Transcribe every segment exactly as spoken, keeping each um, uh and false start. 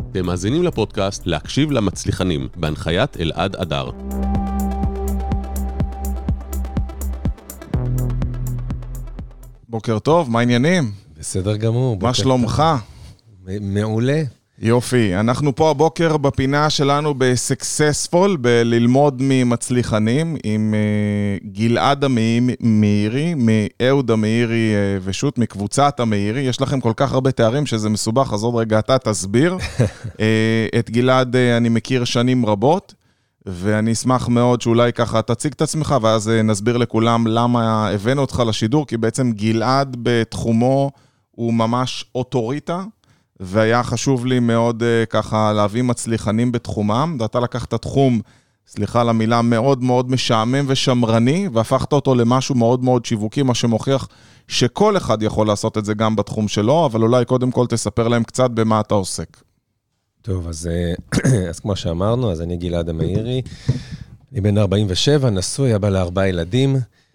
אתם מאזינים לפודקאסט להקשיב למצליחנים, בהנחיית אלעד אדר. בוקר טוב, מה העניינים? בסדר גמור. מה שלומך? מעולה. יופי, אנחנו פה הבוקר בפינה שלנו ב-Successful, בללמוד ממצליחנים, עם uh, גלעד המאירי, מאהוד המאירי uh, ושות, מקבוצת המאירי. יש לכם כל כך הרבה תארים שזה מסובך, אז עוד רגע אתה תסביר. uh, את גלעד uh, אני מכיר שנים רבות, ואני אשמח מאוד שאולי ככה תציג את עצמך, ואז uh, נסביר לכולם למה הבאנו אותך לשידור, כי בעצם גלעד בתחומו הוא ממש אוטוריטה, והיה חשוב לי מאוד uh, ככה להביא מצליחנים בתחומם, ואתה לקחת תחום, סליחה על המילה, מאוד מאוד משעמם ושמרני, והפכת אותו למשהו מאוד מאוד שיווקי, מה שמוכיח שכל אחד יכול לעשות את זה גם בתחום שלו, אבל אולי קודם כל תספר להם קצת במה אתה עוסק. טוב, אז, אז כמו שאמרנו, אז אני גלעד המאירי, אני בן ארבעים ושבע, נשוי, אבא לארבעה ילדים,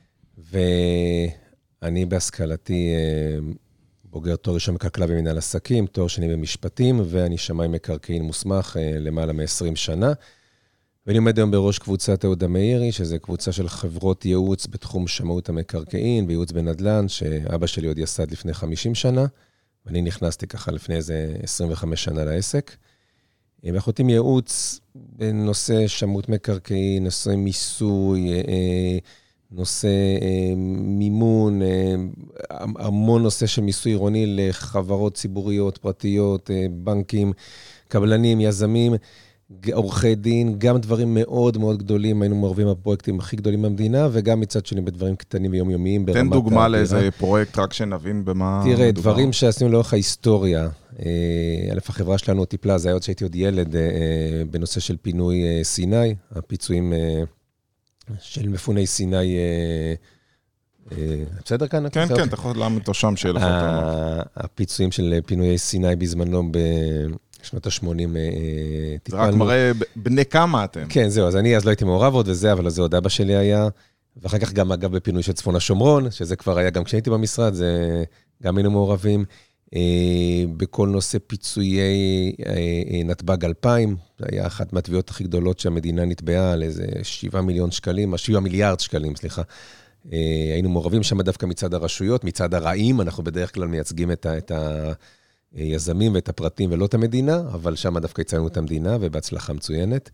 ואני בהשכלתי בוגר תואר ראשון בכלכלה במנהל עסקים, תואר שני במשפטים, ואני שמאי מקרקעין מוסמך למעלה מ-עשרים שנה. ואני עומד היום בראש קבוצת אהוד המאירי, שזה קבוצה של חברות ייעוץ בתחום שמאות המקרקעין, וייעוץ בנדל"ן, שאבא שלי עוד יסד לפני חמישים שנה, ואני נכנסתי ככה לפני איזה עשרים וחמש שנה לעסק. ואנחנו עושים ייעוץ בנושא שמאות מקרקעין, נושא מיסוי, נושא מימון, המון נושא של מיסוי עירוני לחברות ציבוריות, פרטיות, בנקים, קבלנים, יזמים, עורכי דין, גם דברים מאוד מאוד גדולים, היינו מעורבים בפרויקטים הכי גדולים במדינה, וגם מצד שני בדברים קטנים ויומיומיים. תן דוגמה לאיזה פרויקט, רק שנבין במה... תראה, דברים שעשינו לאורך ההיסטוריה, אלף החברה שלנו טיפלה, זה היה עוד שהייתי עוד ילד, בנושא של פינוי סיני, הפיצויים של מפוני סיני, בסדר כאן? כן, כן, אתה יכול להעמיד אותו שם שיהיה לך אותנו. הפיצויים של פינוי סיני בזמנו בשנות ה-שמונים טיפלנו. זה רק מראה בני כמה אתם. כן, זהו, אז אני אז לא הייתי מעורב עוד וזה, אבל זה עוד אבא שלי היה, ואחר כך גם אגב בפינוי של צפון השומרון, שזה כבר היה גם כשהייתי במשרד, זה גם היינו מעורבים. בכל נושא פיצויי נתב"ג אלפיים, זה היה אחת מהתביעות הכי גדולות שהמדינה נתבעה על איזה שבעה מיליון שקלים, שבעה מיליארד שקלים, סליחה. היינו מעורבים שם דווקא מצד הרשויות, מצד הרעים, אנחנו בדרך כלל מייצגים את, ה, את היזמים ואת הפרטים ולא את המדינה, אבל שם דווקא הצלנו את המדינה ובהצלחה מצוינת.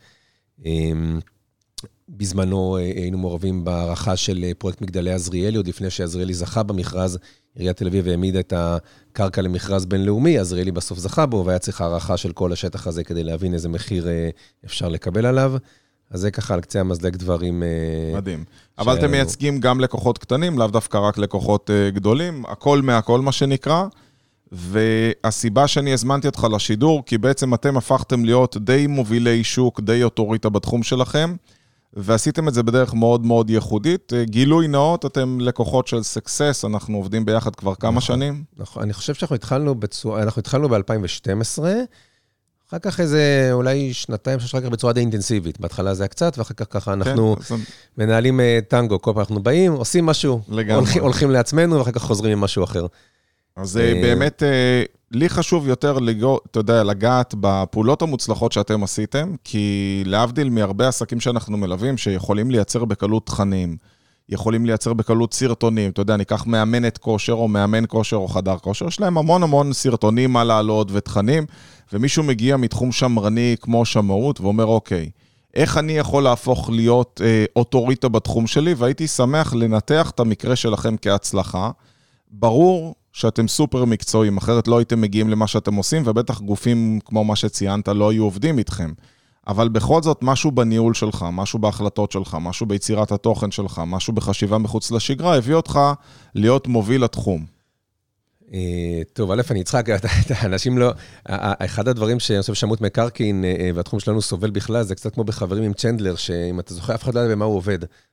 בזמנו היינו מעורבים בערכה של פרויקט מגדלי עזריאלי, עוד לפני שעזריאלי זכה במכרז, עיריית תל אביב העמידה את הקרקע למכרז בינלאומי, עזריאלי בסוף זכה בו, והיה צריך הערכה של כל השטח הזה כדי להבין איזה מחיר אפשר לקבל עליו. אז זה ככה על קצה המזלג דברים... מדהים. אבל אתם מייצגים גם לקוחות קטנים, לאו דווקא רק לקוחות גדולים, הכל מהכל מה שנקרא, והסיבה שאני הזמנתי אותך לשידור, כי בעצם אתם הפכתם להיות די מובילי שוק, די אוטוריטה בתחום שלכם, ועשיתם את זה בדרך מאוד מאוד ייחודית. גילוי נאות, אתם לקוחות של Success, אנחנו עובדים ביחד כבר כמה שנים. נכון, אני חושב שאנחנו התחלנו בצורה, אנחנו התחלנו ב-אלפיים ושתים עשרה, אחר כך איזה אולי שנתיים, שאחר כך בצורה די אינטנסיבית. בהתחלה זה היה קצת, ואחר כך ככה אנחנו מנהלים טנגו, כל פעם אנחנו באים, עושים משהו, הולכים לעצמנו, ואחר כך חוזרים עם משהו אחר. אז באמת, לי חשוב יותר, אתה יודע, לגעת בפעולות המוצלחות שאתם עשיתם, כי להבדיל מהרבה עסקים שאנחנו מלווים, שיכולים לייצר בקלות תכנים, יכולים לייצר בקלות סרטונים, אתה יודע, ניקח מאמנת כושר, או מאמן כושר, או חדר כושר, יש להם המון המון סרטונים מה לעלות ותכנים, ומישהו מגיע מתחום שמרני כמו שמאות, ואומר, אוקיי, איך אני יכול להפוך להיות אה, אוטוריטה בתחום שלי, והייתי שמח לנתח את המקרה שלכם כהצלחה. ברור שאתם סופר מקצועיים, אחרת לא הייתם מגיעים למה שאתם עושים, ובטח גופים כמו מה שציינת לא היו עובדים איתכם. אבל בכל זאת משהו בניהול שלך, משהו בהחלטות שלך, משהו ביצירת התוכן שלך, משהו בחשיבה מחוץ לשגרה, הביא אותך להיות מוביל לתחום. טוב, א', אני אצחק, האנשים לא... אחד הדברים שאני חושב שמות מקרקעין, והתחום שלנו סובל בכלל, זה קצת כמו בחברים עם צ'נדלר, שאם אתה זוכר, אף אחד לא יודע במה הוא עובד.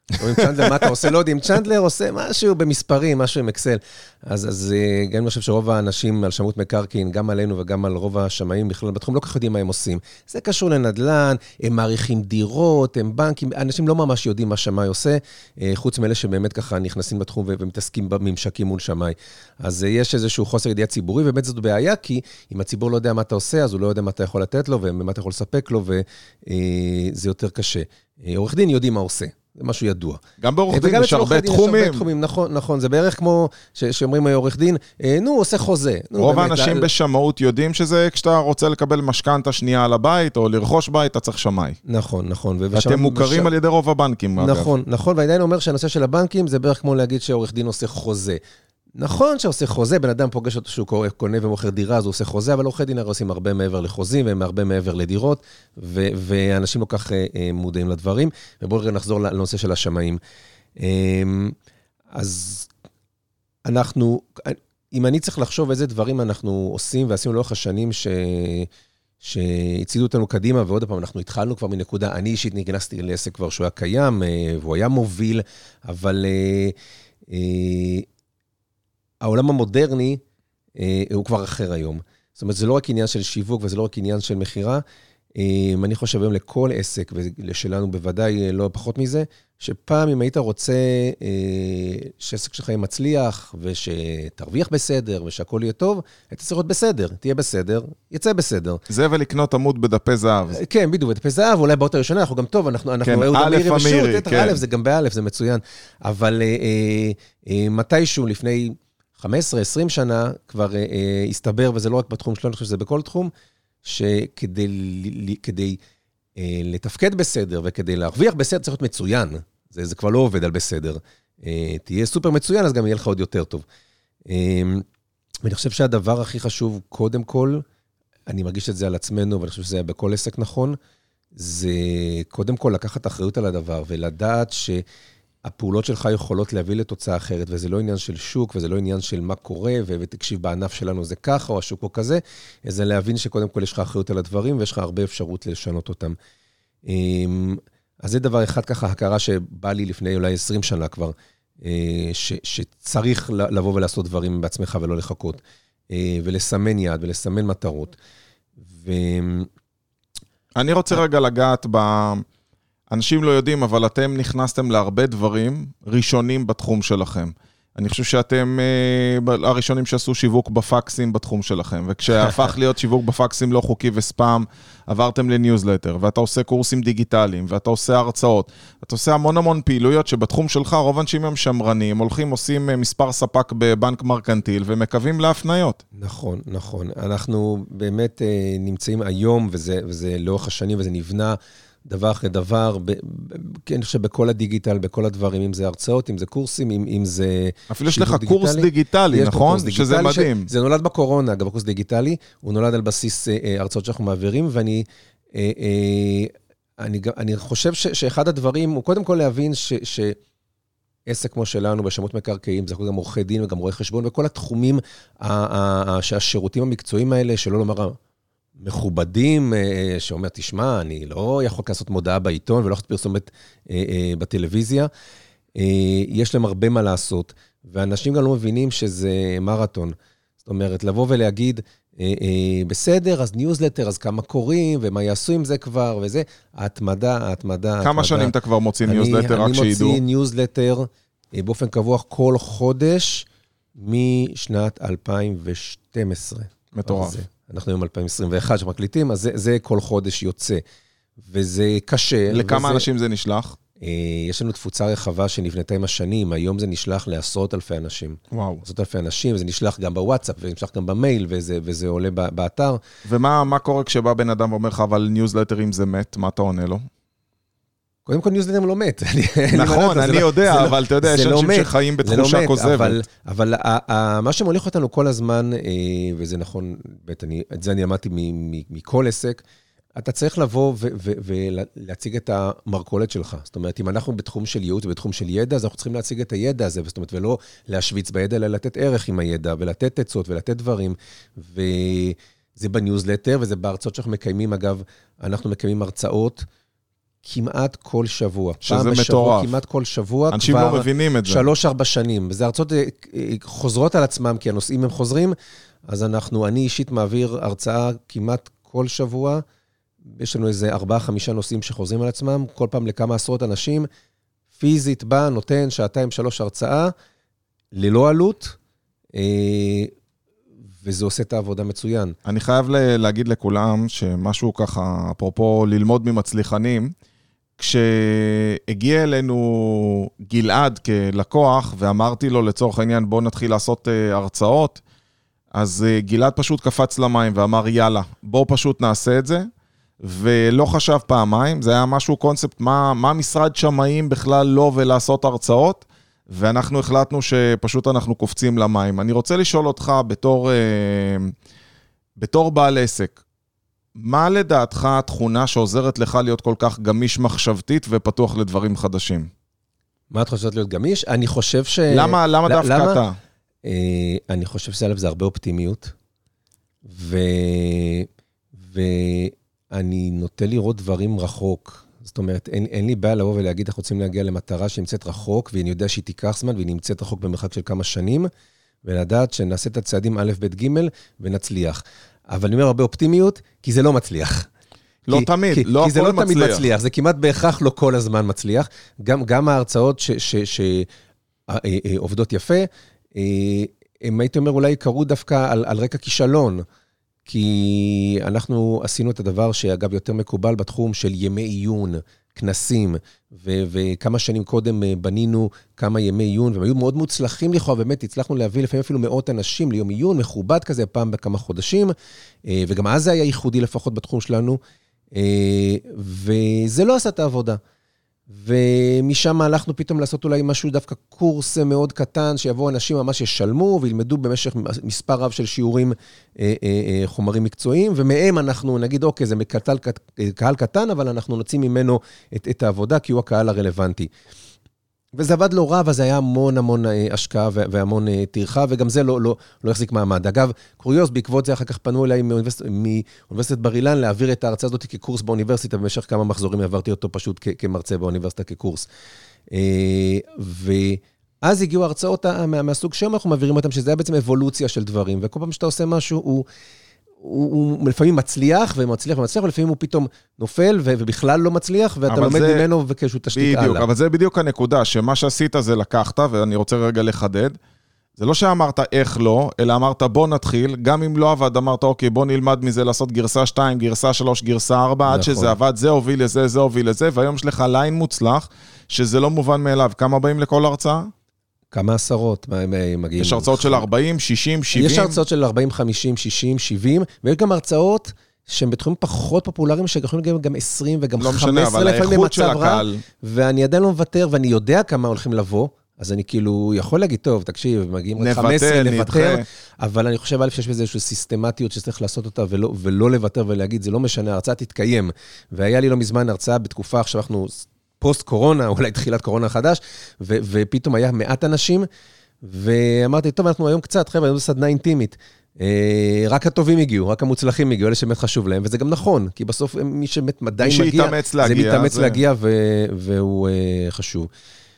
או עם צ'נדלר, מה אתה עושה? לא יודעים, צ'נדלר עושה משהו במספרים, משהו עם אקסל. אז, אז גם אני חושב שרוב האנשים על שמאות מקרקעין, גם עלינו וגם על רוב השמאים בכלל בתחום, לא כך יודעים מה הם עושים. זה קשור לנדל"ן, הם מעריכים דירות, הם בנקים, אנשים לא ממש יודעים מה שמאי עושה, חוץ מאלה שבאמת ככה נכנסים בתחום ומתעסקים בממשקים מול שמאי. אז יש איזשהו חוסר ידיעה ציבורי, ובאמת זאת בעיה, כי אם הציבור לא יודע מה אתה עושה, אז הוא לא יודע מה אתה יכול לתת לו, ומה אתה יכול לספק לו, וזה יותר קשה. עורך דין יודעים מה עושה. זה משהו ידוע. גם בעורך דין יש הרבה תחומים. תחומים. נכון, נכון. זה בערך כמו שאומרים עורך דין, נו, הוא עושה חוזה. רוב האנשים בשמאות יודעים שזה כשאתה רוצה לקבל משכנתה שנייה על הבית, או לרכוש בית, אתה צריך שמאי. נכון, נכון. ואתם מוכרים על ידי רוב הבנקים. נכון, נכון. ועדיין אומר שהנושא של הבנקים, זה בערך כמו להגיד שעורך דין עושה חוזה. נכון שעושה חוזה, בן אדם פוגש אותו שהוא קונה ומוכר דירה, אז הוא עושה חוזה, אבל עורכי דין עושים הרבה מעבר לחוזים, והם הרבה מעבר לדירות, ו- ואנשים לא כך מודעים לדברים. ובואו נחזור לנושא של השמאים. אז אנחנו, אם אני צריך לחשוב איזה דברים אנחנו עושים, ועשינו לאורך השנים ש... שהצידו אותנו קדימה, ועוד פעם, אנחנו התחלנו כבר מנקודה, אני אישית נכנסתי לעסק כבר שהוא היה קיים, והוא היה מוביל, אבל... העולם המודרני אה, הוא כבר אחר היום. זאת אומרת, זה לא רק עניין של שיווק, וזה לא רק עניין של מחירה. אה, אני חושב היום לכל עסק, ולשלנו בוודאי לא פחות מזה, שפעם אם היית רוצה אה, שעסק שלך יהיה מצליח, ושתרוויח בסדר, ושהכל יהיה טוב, היית צריך להיות בסדר. תהיה בסדר, יצא בסדר. זה ולקנות עמוד בדפי זהב. כן, בדיוק, בדפי זהב, אולי באות הראשונה, אנחנו גם טוב, אנחנו, אנחנו כן, א' אמירי, כן. א', זה גם באלף, זה מצוין. אבל אה, אה, אה, מתישהו לפני... חמש עשרה עשרים שנה כבר אה, הסתבר, וזה לא רק בתחום שלנו, אני חושב שזה בכל תחום, שכדי כדי, אה, לתפקד בסדר, וכדי להרוויח בסדר, צריך להיות מצוין. זה, זה כבר לא עובד על בסדר. אה, תהיה סופר מצוין, אז גם יהיה לך עוד יותר טוב. אה, ואני חושב שהדבר הכי חשוב, קודם כל, אני מרגיש את זה על עצמנו, ואני חושב שזה היה בכל עסק נכון, זה קודם כל לקחת אחריות על הדבר, ולדעת ש... הפעולות שלך יכולות להביא לתוצאה אחרת, וזה לא עניין של שוק, וזה לא עניין של מה קורה, ותקשיב, בענף שלנו זה ככה, או השוק הוא כזה, זה להבין שקודם כל יש לך אחריות על הדברים, ויש לך הרבה אפשרות לשנות אותם. אז זה דבר אחד ככה, הכרה שבא לי לפני אולי עשרים שנה כבר, ש, שצריך לבוא ולעשות דברים בעצמך ולא לחכות, ולסמן יד, ולסמן מטרות. ו... אני רוצה רגע לגעת ב... אנשים לא יודעים, אבל אתם נכנסתם להרבה דברים ראשונים בתחום שלכם. אני חושב שאתם אה, הראשונים שעשו שיווק בפקסים בתחום שלכם, וכשהפך להיות שיווק בפקסים לא חוקי וספאם, עברתם לניוזלטר, ואתה עושה קורסים דיגיטליים, ואתה עושה הרצאות, אתה עושה המון המון פעילויות שבתחום שלך רוב אנשים הם שמרנים, הולכים, עושים מספר ספק בבנק מרקנטיל, ומקווים להפניות. נכון, נכון. אנחנו באמת אה, נמצאים היום, וזה, וזה לאורך השנים, וזה נבנה, דבר אחרי דבר, אני חושב בכל הדיגיטל, בכל הדברים, אם זה הרצאות, אם זה קורסים, אם זה... אפילו יש לך קורס דיגיטלי, נכון? שזה מדהים. זה נולד בקורונה, אגב, הקורס דיגיטלי, הוא נולד על בסיס הרצאות שאנחנו מעבירים, ואני אני חושב שאחד הדברים, הוא קודם כל להבין שעסק כמו שלנו, בשמות מקרקעיים, זה גם עורכי דין וגם רואי חשבון, וכל התחומים, שהשירותים המקצועיים האלה, שלא לומר... מכובדים, שאומר, תשמע, אני לא יכול לעשות מודעה בעיתון, ולא יכול פרסומת בטלוויזיה. יש להם הרבה מה לעשות, ואנשים גם לא מבינים שזה מרתון. זאת אומרת, לבוא ולהגיד, בסדר, אז ניוזלטר, אז כמה קוראים, ומה יעשו עם זה כבר, וזה, ההתמדה, ההתמדה. כמה שנים אתה כבר מוציא ניוזלטר, רק שידעו? אני מוציא ניוזלטר באופן קבוע כל חודש, משנת אלפיים ושתים עשרה. מטורף. אנחנו היום אלפיים עשרים ואחת שמקליטים, אז זה, זה כל חודש יוצא, וזה קשה. לכמה וזה, אנשים זה נשלח? יש לנו תפוצה רחבה שנבנתה עם השנים, היום זה נשלח לעשרות אלפי אנשים. וואו. עשרות אלפי אנשים, וזה נשלח גם בוואטסאפ, וזה נשלח גם במייל, וזה, וזה עולה באתר. ומה מה קורה כשבא בן אדם ואומר לך, אבל ניוזלטרים זה מת, מה אתה עונה לו? קודם כל ניוזלטר לא מת. נכון, אני יודע, אבל אתה יודע, יש אנשים שחיים בתחושה כוזבת. אבל מה שמוליך אותנו כל הזמן, וזה נכון, את זה אני אמרתי מכל עסק, אתה צריך לבוא ולהציג את המרכולת שלך. זאת אומרת, אם אנחנו בתחום של ייעוץ ובתחום של ידע, אז אנחנו צריכים להציג את הידע הזה, זאת אומרת, ולא להשוויץ בידע, אלא לתת ערך עם הידע, ולתת עצות ולתת דברים. וזה בניוזלטר, וזה בהרצאות שאנחנו מקיימים, אגב, אנחנו מקיימים הרצאות, כמעט כל שבוע. שזה מטורף. כמעט כל שבוע. אנשים לא מבינים את זה. שלוש, ארבע שנים. וזה הרצאות חוזרות על עצמם, כי הנושאים הם חוזרים. אז אנחנו, אני אישית מעביר הרצאה כמעט כל שבוע. יש לנו איזה ארבעה, חמישה נושאים שחוזרים על עצמם, כל פעם לכמה עשרות אנשים. פיזית בא, נותן שעתיים, שלוש הרצאה, ללא עלות, וזה עושה את העבודה מצוין. אני חייב להגיד לכולם שמשהו ככה, אפרופו ללמוד ממצליחנים, כשהגיע אלינו גלעד כלקוח, ואמרתי לו לצורך העניין, בוא נתחיל לעשות הרצאות, אז גלעד פשוט קפץ למים ואמר, יאללה, בוא פשוט נעשה את זה, ולא חשב פעמיים, זה היה משהו קונספט, מה, מה משרד שמאים בכלל לא ולעשות הרצאות, ואנחנו החלטנו שפשוט אנחנו קופצים למים. אני רוצה לשאול אותך בתור, בתור בעל עסק, מה לדעתך התכונה שעוזרת לך להיות כל כך גמיש מחשבתית ופתוח לדברים חדשים? מה את חושבת להיות גמיש? אני חושב ש... למה, למה דווקא למה? אתה? אני חושב שזה זה הרבה אופטימיות, ו... ואני נוטה לראות דברים רחוק. זאת אומרת, אין, אין לי בעיה לבוא ולהגיד, אנחנו רוצים להגיע למטרה שנמצאת רחוק, ואני יודע שהיא תיקח זמן, והיא נמצאת רחוק במרחק של כמה שנים, ולדעת שנעשה את הצעדים א', ב', ג', ונצליח. אבל אני אומר הרבה אופטימיות, כי זה לא מצליח. לא כי, תמיד, כי, לא כי זה הכל לא תמיד מצליח. מצליח, זה כמעט בהכרח לא כל הזמן מצליח. גם, גם ההרצאות ש, ש, ש, עובדות יפה, הם הייתי אומר אולי קרו דווקא על, על רקע כישלון, כי אנחנו עשינו את הדבר שאגב יותר מקובל בתחום של ימי עיון, כנסים, ו- וכמה שנים קודם בנינו כמה ימי עיון, והם היו מאוד מוצלחים לכאורה, באמת הצלחנו להביא לפעמים אפילו מאות אנשים ליום עיון, מכובד כזה פעם בכמה חודשים, וגם אז זה היה ייחודי לפחות בתחום שלנו, וזה לא עשה את העבודה. ומשם הלכנו פתאום לעשות אולי משהו דווקא קורס מאוד קטן, שיבואו אנשים ממש ישלמו, וילמדו במשך מספר רב של שיעורים חומרים מקצועיים, ומהם אנחנו נגיד, אוקיי, זה קהל, קהל קטן, אבל אנחנו נוציא ממנו את, את העבודה, כי הוא הקהל הרלוונטי. וזה עבד לא רע, וזה היה המון המון השקעה והמון תרחה, וגם זה לא, לא, לא החזיק מעמד. אגב, קוריוז, בעקבות זה אחר כך פנו אליי מאוניברסיטת, מאוניברסיטת בר אילן, להעביר את ההרצאה הזאת כקורס באוניברסיטה, במשך כמה מחזורים העברתי אותו פשוט כ- כמרצה באוניברסיטה כקורס. ואז הגיעו ההרצאות מה, מהסוג שם, אנחנו מעבירים אותם, שזה היה בעצם אבולוציה של דברים, וכל פעם שאתה עושה משהו, הוא... הוא, הוא לפעמים מצליח ומצליח ומצליח, ולפעמים הוא פתאום נופל ו- ובכלל לא מצליח, ואתה לומד זה... ממנו וכשהוא תשתיק הלאה. בדיוק, אבל זה בדיוק הנקודה, שמה שעשית זה לקחת, ואני רוצה רגע לחדד, זה לא שאמרת איך לא, אלא אמרת בוא נתחיל, גם אם לא עבד, אמרת אוקיי, בוא נלמד מזה לעשות גרסה שתיים, גרסה שלוש, גרסה ארבע, נכון. עד שזה עבד, זה הוביל לזה, זה הוביל לזה, והיום יש לך ליין מוצלח, שזה לא מובן מאליו. כמה באים לכל הרצאה? כמה עשרות מגיעים. יש הרצאות של ארבעים, שישים, שבעים? יש הרצאות של ארבעים, חמישים, שישים, שבעים, ויש גם הרצאות שהן בתחומים פחות פופולריים, שיכולים גם, גם עשרים וגם לא חמש עשרה, משנה, אבל האיכות של הקהל. ואני עדיין לא מוותר, ואני יודע כמה הולכים לבוא, אז אני כאילו יכול להגיד, טוב, תקשיב, מגיעים רק חמש עשרה, לוותר, אבל אני חושב, א', שיש בזה איזושהי סיסטמטיות שצריך לעשות אותה, ולא, ולא לוותר ולהגיד, זה לא משנה, ההרצאה תתקיים. והיה לי לא מזמן הרצאה בתקופה, עכשיו אנחנו פוסט קורונה, אולי תחילת קורונה חדש, ו- ופתאום היה מעט אנשים, ואמרתי, טוב, אנחנו היום קצת, חבר'ה, אנחנו סדנה אינטימית, רק הטובים הגיעו, רק המוצלחים הגיעו, אלה שבאמת חשוב להם, וזה גם נכון, כי בסוף מי שבאמת מדי מגיע, זה מתאמץ להגיע, והוא חשוב.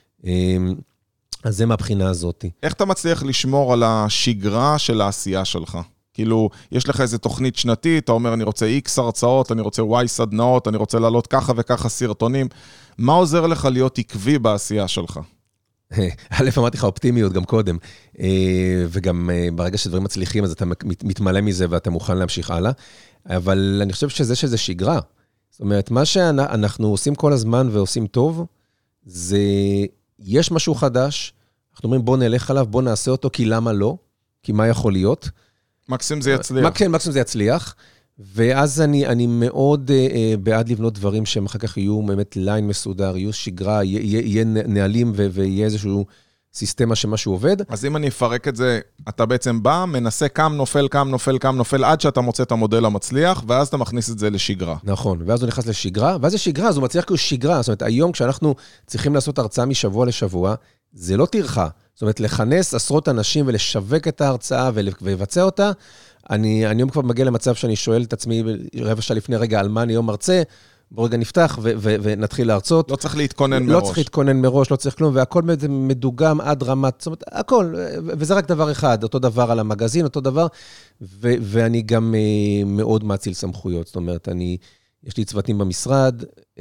אז זה מהבחינה הזאת. איך אתה מצליח לשמור על השגרה של העשייה שלך? כאילו, יש לך איזו תוכנית שנתית, אתה אומר, אני רוצה X הרצאות, אני רוצה Y סדנאות, אני רוצה לעלות ככה וככה סרטונים. מה עוזר לך להיות עקבי בעשייה שלך? א', אמרתי לך אופטימיות גם קודם, וגם ברגע שדברים מצליחים, אז אתה מתמלא מזה ואתה מוכן להמשיך הלאה, אבל אני חושב שזה שזה שגרה. זאת אומרת, מה שאנחנו עושים כל הזמן ועושים טוב, זה, יש משהו חדש, אנחנו אומרים בוא נלך עליו, בוא נעשה אותו, כי למה לא? כי מה יכול להיות? מקסימום זה יצליח. כן, מקסימום זה יצליח, ואז אני, אני מאוד uh, בעד לבנות דברים שהם אחר כך יהיו באמת ליין מסודר, יהיו שגרה, יהיה, יהיה נהלים ו- ויהיה איזשהו סיסטמה שמשהו עובד. אז אם אני אפרק את זה, אתה בעצם בא, מנסה קם נופל, קם נופל, קם נופל, עד שאתה מוצא את המודל המצליח, ואז אתה מכניס את זה לשגרה. נכון, ואז הוא נכנס לשגרה, ואז זה שגרה, אז הוא מצליח כאילו שגרה, זאת אומרת, היום כשאנחנו צריכים לעשות הרצאה משבוע לשבוע, זה לא תרחה. זאת אומרת, לכנס עשרות אנשים ולשווק את ההרצאה ולבצע אותה, אני, אני היום כבר מגיע למצב שאני שואל את עצמי רבע שעה לפני רגע על מה אני היום מרצה, בוא רגע נפתח ו- ו- ונתחיל להרצות. לא צריך להתכונן מראש. לא צריך להתכונן מראש, לא צריך כלום, והכל מדוגם עד רמת, זאת אומרת, הכל, וזה רק דבר אחד, אותו דבר על המגזין, אותו דבר, ו- ואני גם uh, מאוד מאציל סמכויות, זאת אומרת, אני, יש לי צוותים במשרד, uh,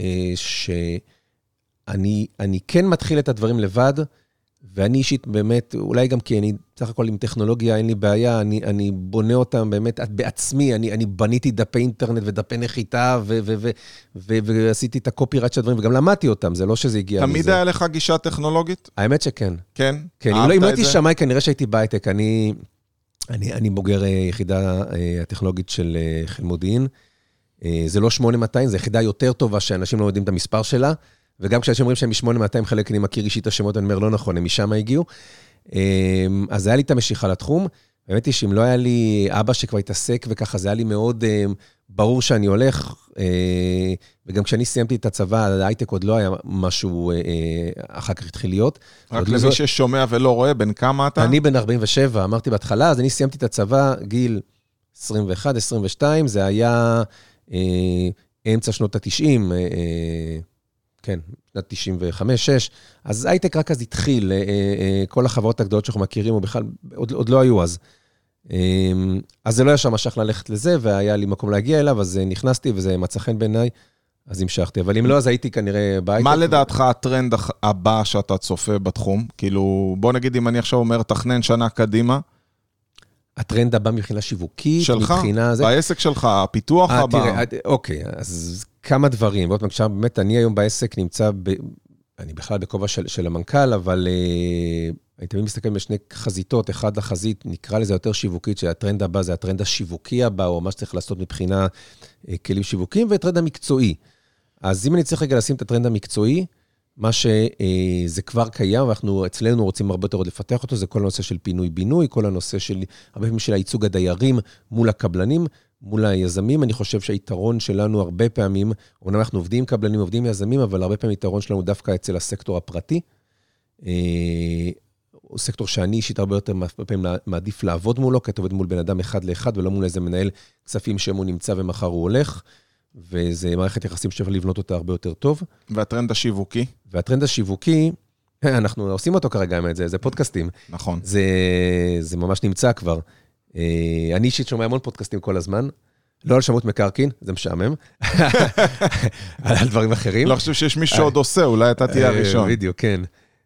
שאני אני כן מתחיל את הדברים לבד, ואני אישית באמת, אולי גם כי אני, צריך הכל עם טכנולוגיה, אין לי בעיה, אני, אני בונה אותם באמת בעצמי, אני, אני בניתי דפי אינטרנט ודפי נחיתה, ו, ו, ו, ו, ועשיתי את הקופירייט של הדברים, וגם למדתי אותם, זה לא שזה הגיע מזה. תמיד היה לך גישה טכנולוגית? האמת שכן. כן? כן, אם לא הייתי שמאי, כנראה שהייתי בהייטק, אני, אני, אני בוגר יחידה הטכנולוגית של חיל מודיעין, זה לא שמונה מאתיים, זה יחידה יותר טובה שאנשים לא יודעים את המספר שלה, וגם כשאנשים אומרים שהם מ-שמונה מאתיים, חלק אני מכיר אישית השמות, אני אומר, לא נכון, הם משם הגיעו. אז היה לי את המשיכה לתחום. באמת היא שאם לא היה לי אבא שכבר התעסק וככה, זה היה לי מאוד ברור שאני הולך, וגם כשאני סיימתי את הצבא, ההייטק עוד לא היה משהו, אחר כך התחיל להיות. רק למי ששומע ולא רואה, בין כמה אתה? אני בן ארבעים ושבע, אמרתי בהתחלה, אז אני סיימתי את הצבא, גיל עשרים ואחת עשרים ושתיים, זה היה אמצע שנות ה-תשעים, כן, שנת תשעים וחמש שש, אז הייטק רק אז התחיל, כל החברות הגדולות שאנחנו מכירים, או בכלל, עוד, עוד לא היו אז. אז זה לא היה שם משך ללכת לזה, והיה לי מקום להגיע אליו, אז נכנסתי, וזה מצא חן בעיניי, אז המשכתי. אבל אם לא, אז הייתי כנראה בהייטק. מה לדעתך הטרנד הבא שאתה צופה בתחום? כאילו, בוא נגיד, אם אני עכשיו אומר, תכנן שנה קדימה. הטרנד הבא מבחינה שיווקית, שלך, מבחינה זה... בעסק שלך, הפיתוח 아, הבא. תראה, אוקיי, אז כמה דברים. ועוד פעם, באמת, אני היום בעסק נמצא, ב... אני בכלל בכובע של, של המנכ"ל, אבל uh, אני תמיד מסתכל בשני חזיתות, אחד החזית, נקרא לזה יותר שיווקית, שהטרנד הבא זה הטרנד השיווקי הבא, או מה שצריך לעשות מבחינה uh, כלים שיווקים, והטרנד המקצועי. אז אם אני צריך רגע לשים את הטרנד המקצועי, מה שזה כבר קיים, ואנחנו אצלנו רוצים הרבה יותר עוד לפתח אותו, זה כל הנושא של פינוי-בינוי, כל הנושא של, הרבה פעמים של הייצוג הדיירים מול הקבלנים, מול היזמים. אני חושב שהיתרון שלנו הרבה פעמים, אומנם אנחנו עובדים עם קבלנים, עובדים עם יזמים, אבל הרבה פעמים היתרון שלנו דווקא אצל הסקטור הפרטי. הוא סקטור שאני אישית הרבה יותר פעמים מעדיף לעבוד מולו, כי אתה עובד מול בן אדם אחד לאחד, ולא מול איזה מנהל כספים שהוא נמצא ומחר הוא הולך. וזה מערכת יחסים שאפשר לבנות אותה הרבה יותר טוב. והטרנד השיווקי? והטרנד השיווקי, אנחנו עושים אותו כרגע, זה, זה פודקאסטים. נכון. זה, זה ממש נמצא כבר. אני אישית שומע המון פודקאסטים כל הזמן, לא על שמות מקרקעין, זה משעמם, על דברים אחרים. לא חושב שיש מישהו עוד עושה, אולי אתה תהיה הראשון. בדיוק, כן.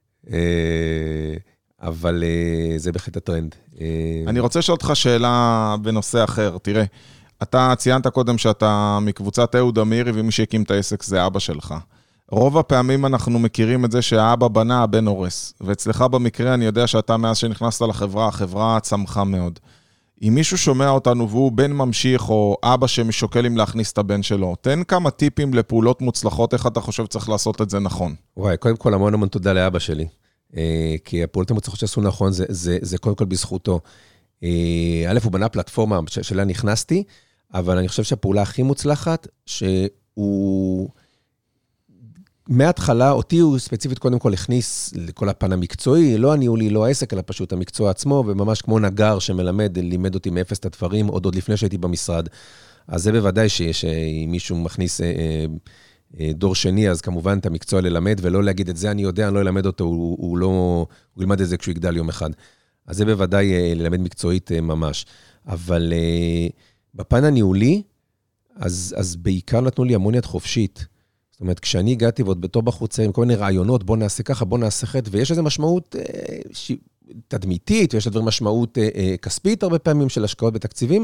אבל זה בהחלט הטרנד. אני רוצה לשאול אותך שאלה בנושא אחר, תראה. אתה ציינת קודם שאתה מקבוצת אהוד אמירי, ומי שהקים את העסק זה אבא שלך. רוב הפעמים אנחנו מכירים את זה שהאבא בנה, הבן הורס. ואצלך במקרה אני יודע שאתה מאז שנכנסת לחברה, החברה צמחה מאוד. אם מישהו שומע אותנו והוא בן ממשיך, או אבא שמשוקל אם להכניס את הבן שלו, תן כמה טיפים לפעולות מוצלחות, איך אתה חושב צריך לעשות את זה נכון? וואי, קודם כל המון המון תודה לאבא שלי. כי הפעולות המוצלחות שעשו נכון, זה, זה, זה קודם כל בזכותו. א', הוא בנה פלטפורמה שלה נכנסתי, אבל אני חושב שהפעולה הכי מוצלחת, שהוא מההתחלה, אותי הוא ספציפית קודם כל הכניס לכל הפן המקצועי, לא הניהולי, לא העסק, אלא פשוט המקצוע עצמו, וממש כמו נגר שמלמד, לימד אותי מאפס את הדברים, עוד עוד לפני שהייתי במשרד. אז זה בוודאי שאם מישהו מכניס דור שני, אז כמובן את המקצוע ללמד, ולא להגיד את זה אני יודע, אני לא אלמד אותו, הוא, הוא לא, הוא ילמד את זה כשהוא יגדל יום אחד. אז זה בוודאי ללמד מקצועית ממש. אבל בפן הניהולי, אז, אז בעיקר נתנו לי המון יד חופשית. זאת אומרת, כשאני הגעתי ועוד בתור בחוץ עם כל מיני רעיונות, בוא נעשה ככה, בוא נעשה חט, ויש איזו משמעות אה, ש... תדמיתית, ויש לדבר משמעות אה, אה, כספית הרבה פעמים של השקעות בתקציבים,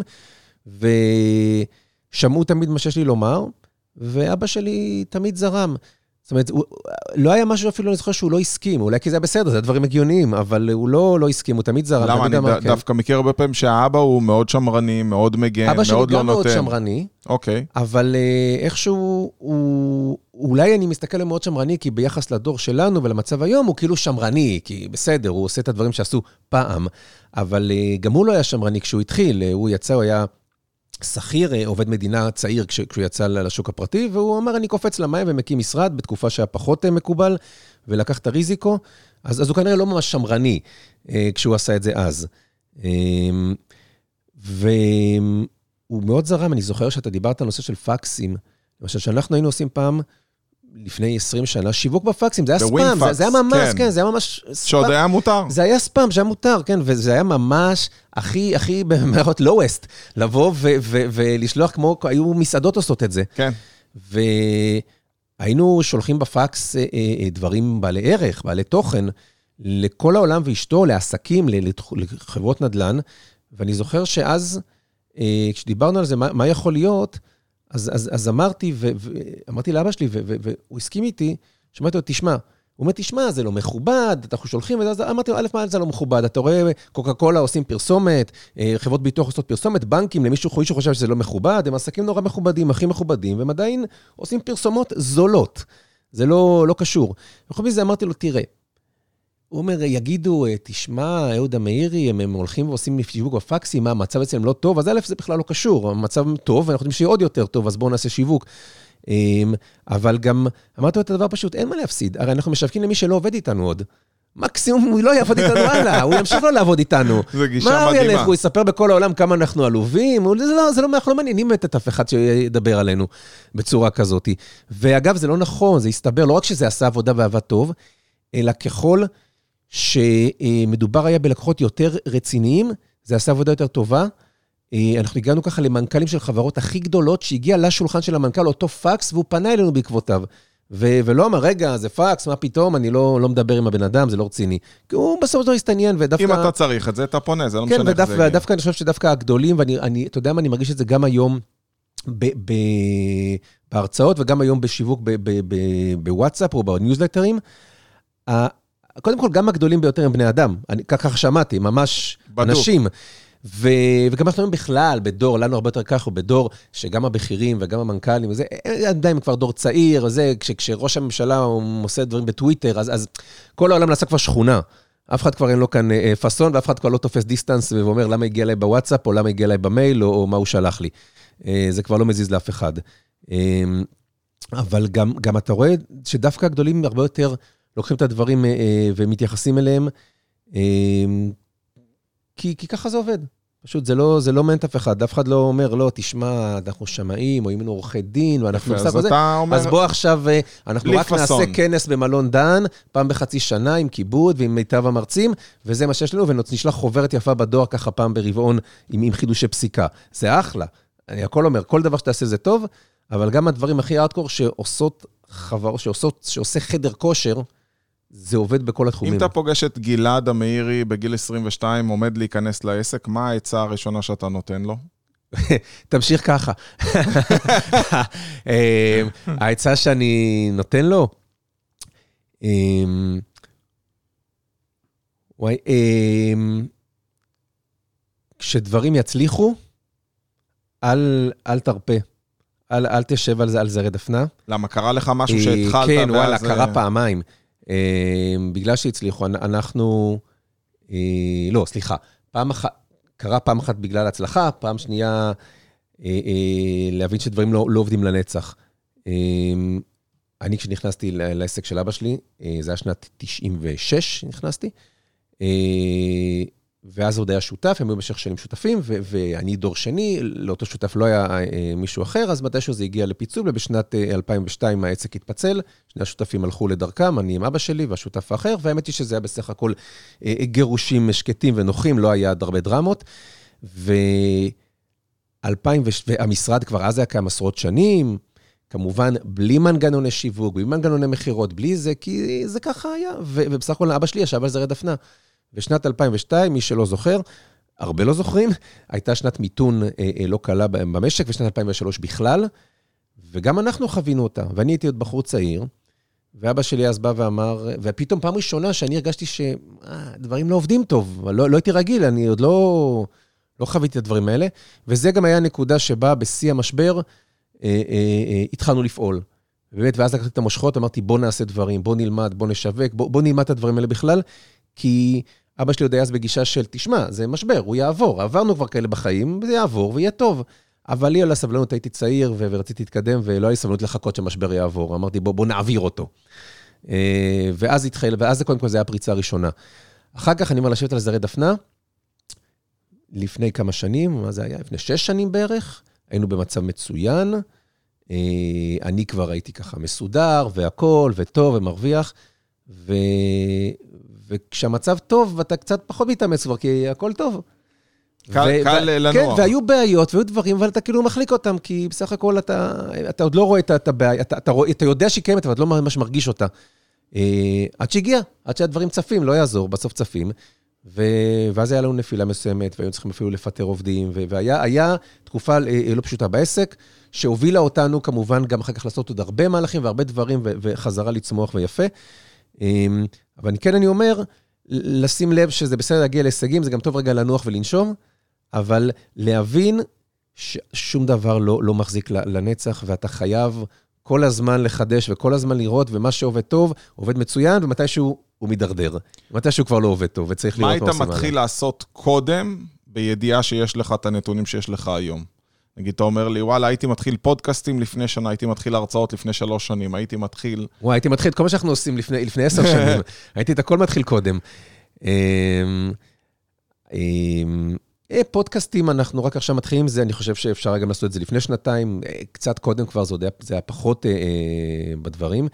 ושמעו תמיד מה שיש לי לומר, ואבא שלי תמיד זרם. זאת אומרת, הוא, לא היה משהו אפילו, אני זוכר שהוא לא הסכים, אולי כי זה היה בסדר, זה דברים הגיוניים, אבל הוא לא, לא הסכים, הוא תמיד זרם. למה? אני אמר, ד, כן. דווקא מכיר הרבה פעמים שהאבא הוא מאוד שמרני, מאוד מגן, מאוד לא נותן. אבא שלי גם מאוד שמרני, אוקיי. אבל איכשהו, הוא, אולי אני מסתכל מאוד שמרני, כי ביחס לדור שלנו ולמצב היום, הוא כאילו שמרני, כי בסדר, הוא עושה את הדברים שעשו פעם, אבל גם הוא לא היה שמרני כשהוא התחיל, הוא יצא, הוא היה שכיר, עובד מדינה צעיר כשהוא יצא לשוק הפרטי, והוא אומר, אני קופץ למים ומקים משרד, בתקופה שהיה פחות מקובל, ולקח את הריזיקו, אז, אז הוא כנראה לא ממש שמרני, כשהוא עשה את זה אז. והוא מאוד זרם, אני זוכר שאתה דיברת על נושא של פקסים, למשל, שאנחנו היינו עושים פעם, לפני עשרים שנה, שיווק בפקסים, זה היה ספאם, זה, זה היה ממש, כן, זה היה ממש... שעוד היה מותר. זה היה ספאם, שהיה מותר, כן, וזה היה ממש הכי, הכי, במערות לואסט, לבוא ולשלוח כמו, היו מסעדות עושות את זה. כן. והיינו שולחים בפקס דברים בעלי ערך, בעלי תוכן, לכל העולם ואשתו, לעסקים, לחברות נדל"ן, ואני זוכר שאז, כשדיברנו על זה, מה, מה יכול להיות, אז, אז, אז אמרתי, ו, ואמרתי לאבא שלי, ו, ו, והוא הסכים איתי, שמעתי לו, תשמע, הוא אומר, תשמע, זה לא מכובד, אנחנו שולחים, ואז אמרתי לו, א', מה זה לא מכובד? אתה רואה, קוקה קולה עושים פרסומת, חברות ביטוח עושות פרסומת, בנקים, למישהו שחושב שזה לא מכובד, הם עסקים נורא מכובדים, הכי מכובדים, והם עדיין עושים פרסומות זולות. זה לא, לא קשור. וחוץ מזה אמרתי לו, תראה, הוא אומר, יגידו, תשמע, אהוד המאירי, הם, הם הולכים ועושים שיווק בפקסים, מה, המצב אצלם לא טוב, אז א', זה בכלל לא קשור, המצב טוב, ואנחנו יודעים שיהיה עוד יותר טוב, אז בואו נעשה שיווק. אבל גם, אמרתי לו את הדבר פשוט, אין מה להפסיד, הרי אנחנו משווקים למי שלא עובד איתנו עוד. מקסימום הוא לא יעבוד איתנו הלאה, הוא ימשיך לא לעבוד איתנו. זה גישה מדהימה. מה הוא ילך, הוא יספר בכל העולם כמה אנחנו עלובים, זה לא, זה לא, אנחנו לא מעניינים את אף אחד שידבר עלינו בצורה כזאת. ואגב, זה לא נכון, זה הסתבר, לא רק שזה עשה עבודה ועבד טוב, אלא ככל שמדובר היה בלקוחות יותר רציניים, זה עשה עבודה יותר טובה. אנחנו הגענו ככה למנכ"לים של חברות הכי גדולות, שהגיע לשולחן של המנכ"ל אותו פקס, והוא פנה אלינו בעקבותיו. ו- ולא אמר, רגע, זה פקס, מה פתאום, אני לא, לא מדבר עם הבן אדם, זה לא רציני. כי הוא בסוף לא הסתעניין, ודווקא... אם אתה צריך את זה, אתה פונה, זה לא כן, משנה ודווקא, איך זה... ודווקא אני חושב שדווקא הגדולים, ואני, אני, אתה יודע מה, אני מרגיש את זה גם היום ב- ב- בהרצאות, וגם היום בשיווק ב- ב- ב- בוואטסאפ או בניוזלטרים, קודם כל, גם הגדולים ביותר הם בני אדם. אני, ככה שמעתי, ממש בדוק. אנשים. ו, וגם אנחנו בכלל, בדור, לנו הרבה יותר ככה, בדור שגם הבכירים וגם המנכ"לים, וזה, עדיין כבר דור צעיר, זה, כש, כשראש הממשלה הוא עושה דברים בטוויטר, אז, אז כל העולם נעשה כבר שכונה. אף אחד כבר אין לו כאן אה, פסון, ואף אחד כבר לא תופס דיסטנס, ואומר למה הגיע אליי בוואטסאפ, או למה הגיע אליי במייל, או, או מה הוא שלח לי. אה, זה כבר לא מזיז לאף אחד. אה, אבל גם, גם אתה רואה שדווקא הגדולים הרבה יותר... לוקחים את הדברים אה, ומתייחסים אליהם, אה, כי, כי ככה זה עובד. פשוט זה לא, זה לא מעניין אף אחד. אף אחד לא אומר, לא, תשמע, אנחנו שמאים, או אימנו עורכי דין, ואנחנו אז, זה. אומר... אז בוא עכשיו, אנחנו רק פסון. נעשה כנס במלון דן, פעם בחצי שנה עם כיבוד ועם מיטב המרצים, וזה מה שיש לנו, ונשלח חוברת יפה בדואר ככה פעם ברבעון עם, עם חידושי פסיקה. זה אחלה. אני הכל אומר, כל דבר שתעשה זה טוב, אבל גם הדברים הכי הארדקור שעושות חבר, שעושות, שעושה חדר כושר, זה עובד בכל התחומים. אם אתה פוגש את גלעד המאירי בגיל עשרים ושתיים, עומד להיכנס לעסק, מה העצה הראשונה שאתה נותן לו? תמשיך ככה. העצה שאני נותן לו, כשדברים יצליחו, אל, אל תרפה. אל, אל תשב על זה, על זרי דפנה. למה? קרה לך משהו שהתחלת? כן, וואלה, קרה פעמיים. בגלל שהצליחו, אנחנו, לא, סליחה, פעם אחת, קרה פעם אחת בגלל הצלחה, פעם שנייה להבין שדברים לא, לא עובדים לנצח. אני כשנכנסתי לעסק של אבא שלי, זה היה שנת תשעים ושש נכנסתי, ואז עוד היה שותף, הם היו במשך שנים שותפים, ו- ואני דור שני, לאותו שותף לא היה מישהו אחר, אז מתישהו זה הגיע לפיצול, ובשנת אלפיים ושתיים העסק התפצל, שני השותפים הלכו לדרכם, אני עם אבא שלי והשותף האחר, והאמת היא שזה היה בסך הכל גירושים שקטים ונוחים, לא היה הרבה דרמות, והמשרד כבר אז היה כמה עשרות שנים, כמובן בלי מנגנוני שיווק, בלי מנגנוני מחירות, בלי זה, כי זה ככה היה, ו- ובסך הכל אבא שלי ישב על זרי דפנה. בשנת אלפיים ושתיים, מי שלא זוכר, הרבה לא זוכרים, הייתה שנת מיתון אה, אה, לא קלה במשק, ושנת אלפיים ושלוש בכלל, וגם אנחנו חווינו אותה, ואני הייתי עוד בחור צעיר, ואבא שלי אז בא ואמר, ופתאום פעם ראשונה שאני הרגשתי שדברים לא עובדים טוב, לא, לא הייתי רגיל, אני עוד לא, לא חוויתי את הדברים האלה, וזה גם היה נקודה שבה בשיא המשבר, אה, אה, אה, התחלנו לפעול. באמת, ואז לקחתי את המושכות, אמרתי, בוא נעשה דברים, בוא נלמד, בוא נשווק, בוא, בוא נלמד את הדברים האלה בכלל, כי אבא שלי עוד היה אז בגישה של, תשמע, זה משבר, הוא יעבור, עברנו כבר כאלה בחיים, וזה יעבור ויהיה טוב. אבל לי על הסבלנות הייתי צעיר, ו- ורציתי להתקדם, ולא היה לי סבלנות לחכות שהמשבר יעבור. אמרתי, בוא, בוא נעביר אותו. ואז התחיל, ואז זה קודם כל זה היה הפריצה הראשונה. אחר כך אני אומר לשבת על זרי דפנה, לפני כמה שנים, מה זה היה? לפני שש שנים בערך, היינו במצב מצוין, אני כבר הייתי ככה מסודר, והכל, וטוב, ומרוויח, ו... וכשהמצב טוב, אתה קצת פחות מתאמץ כבר, כי הכל טוב. קל, ו... קל לנוע. כן, והיו בעיות, והיו דברים, אבל אתה כאילו מחליק אותם, כי בסך הכל אתה, אתה עוד לא רואה את הבעיה, אתה, אתה, אתה יודע שהיא קיימת, אבל אתה לא ממש מרגיש אותה. עד שהגיע, עד שהדברים צפים, לא יעזור, בסוף צפים, ו... ואז היה לנו נפילה מסוימת, והיו צריכים אפילו לפטר עובדים, ו... והיה היה תקופה לא פשוטה בעסק, שהובילה אותנו כמובן גם אחר כך לעשות עוד הרבה מהלכים, והרבה דברים, ו... וחזרה לצמוח ויפה. אבל כן אני אומר, לשים לב שזה בסדר להגיע להישגים, זה גם טוב רגע לנוח ולנשום, אבל להבין ששום דבר לא, לא מחזיק לנצח, ואתה חייב כל הזמן לחדש, וכל הזמן לראות, ומה שעובד טוב, עובד מצוין, ומתישהו הוא מדרדר. מתישהו כבר לא עובד טוב, וצריך לראות מה היית מתחיל לעשות קודם, בידיעה שיש לך את הנתונים שיש לך היום? נגיד, אתה אומר לי, וואלה, הייתי מתחיל פודקאסטים לפני שנה, הייתי מתחיל הרצאות לפני שלוש שנים, הייתי מתחיל... וואי, הייתי מתחיל את כל מה שאנחנו עושים לפני, לפני עשר שנים. הייתי את הכל מתחיל קודם. פודקאסטים, אנחנו רק עכשיו מתחילים עם זה, אני חושב שאפשר גם לעשות את זה לפני שנתיים, קצת קודם כבר, זה היה פחות בדברים.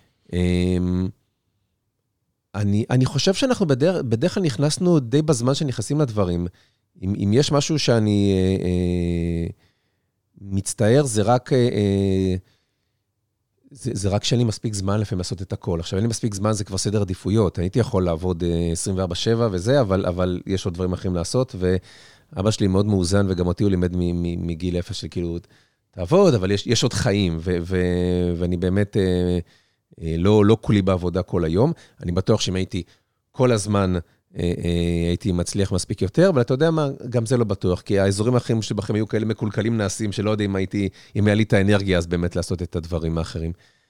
אני, אני חושב שאנחנו בדרך, בדרך כלל נכנסנו די בזמן שנכנסים לדברים. אם, אם יש משהו שאני אה, אה, מצטער, זה רק, אה, זה, זה רק שאין לי מספיק זמן לפעמים לעשות את הכל. עכשיו, אין לי מספיק זמן, זה כבר סדר עדיפויות. הייתי יכול לעבוד אה, עשרים וארבע שבע וזה, אבל, אבל יש עוד דברים אחרים לעשות, ואבא שלי מאוד מאוזן, וגם אותי הוא לימד מגיל אפס של כאילו, תעבוד, אבל יש, יש עוד חיים, ו, ו, ואני באמת אה, אה, לא, לא כולי בעבודה כל היום. אני בטוח שאם הייתי כל הזמן, הייתי מצליח מספיק יותר, אבל אתה יודע מה, גם זה לא בטוח, כי האזורים האחרים שבכם היו כאלה מקולקלים נעשים, שלא יודע אם הייתי, אם היה לי את האנרגיה, אז באמת לעשות את הדברים האחרים.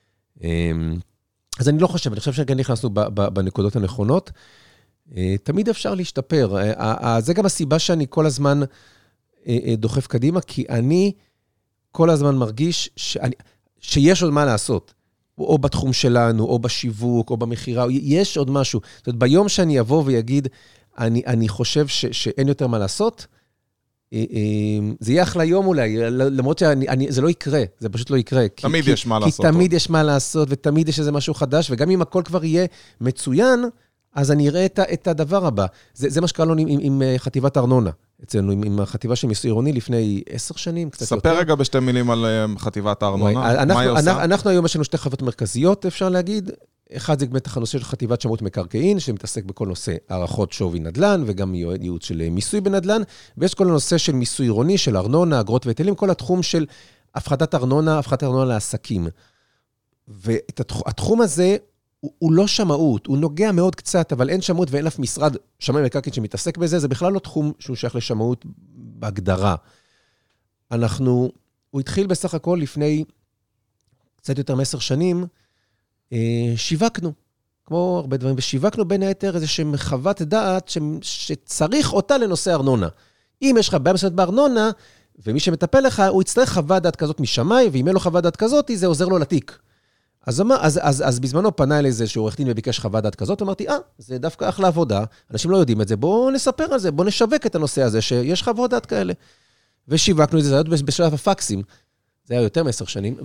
אז אני לא חושב, אני חושב שגם נכנסנו בנקודות הנכונות, תמיד אפשר להשתפר. זה גם הסיבה שאני כל הזמן דוחף קדימה, כי אני כל הזמן מרגיש שאני, שיש עוד מה לעשות. או בתחום שלנו, או בשיווק, או במחירה, יש עוד משהו. זאת אומרת, ביום שאני אבוא ויגיד, אני, אני חושב ש, שאין יותר מה לעשות, זה יהיה אחלה יום אולי, למרות שזה לא יקרה, זה פשוט לא יקרה. תמיד כי, יש מה כי, לעשות. כי תמיד יש מה לעשות, ותמיד יש איזה משהו חדש, וגם אם הכל כבר יהיה מצוין, אז אני אראה את, את הדבר הבא. זה, זה מה שקרה לנו עם, עם, עם חטיבת ארנונה, אצלנו, עם, עם החטיבה של מיסוי עירוני לפני עשר שנים, קצת יותר. ספר רגע בשתי מילים על חטיבת הארנונה, אנחנו, מה היא עושה? אנחנו, אנחנו היום יש לנו שתי חטיבות מרכזיות, אפשר להגיד. אחד זה באמת הנושא של חטיבת שמאות מקרקעין, שמתעסק בכל נושא הערכות שווי נדל"ן, וגם ייעוץ של מיסוי בנדל"ן, ויש כל הנושא של מיסוי עירוני, של ארנונה, אגרות והיטלים, כל התחום של הפחתת ארנונה, הפחתת ארנונה לעסקים. והתחום הזה, הוא לא שמאות, הוא נוגע מאוד קצת, אבל אין שמאות ואין אף משרד שמאי מקרקעין שמתעסק בזה, זה בכלל לא תחום שהוא שייך לשמאות בהגדרה. אנחנו, הוא התחיל בסך הכל לפני קצת יותר מעשר שנים, שיווקנו, כמו הרבה דברים, ושיווקנו בין היתר איזה חוות דעת ש, שצריך אותה לנושא ארנונה. אם יש לך בעיה מסוימת בארנונה, ומי שמטפל לך, הוא יצטרך חוות דעת כזאת משמאי, ואם אין לו חוות דעת כזאת, זה עוזר לו לתיק. אז, אז, אז, אז בזמנו פנה אל איזה שהוא עורך דין וביקש חוות דעת כזאת, אמרתי, אה, זה דווקא אחלה עבודה, אנשים לא יודעים את זה, בואו נספר על זה, בואו נשווק את הנושא הזה, שיש חוות דעת כאלה. ושיווקנו את זה, זה היה בשלב הפקסים, זה היה יותר מעשר שנים,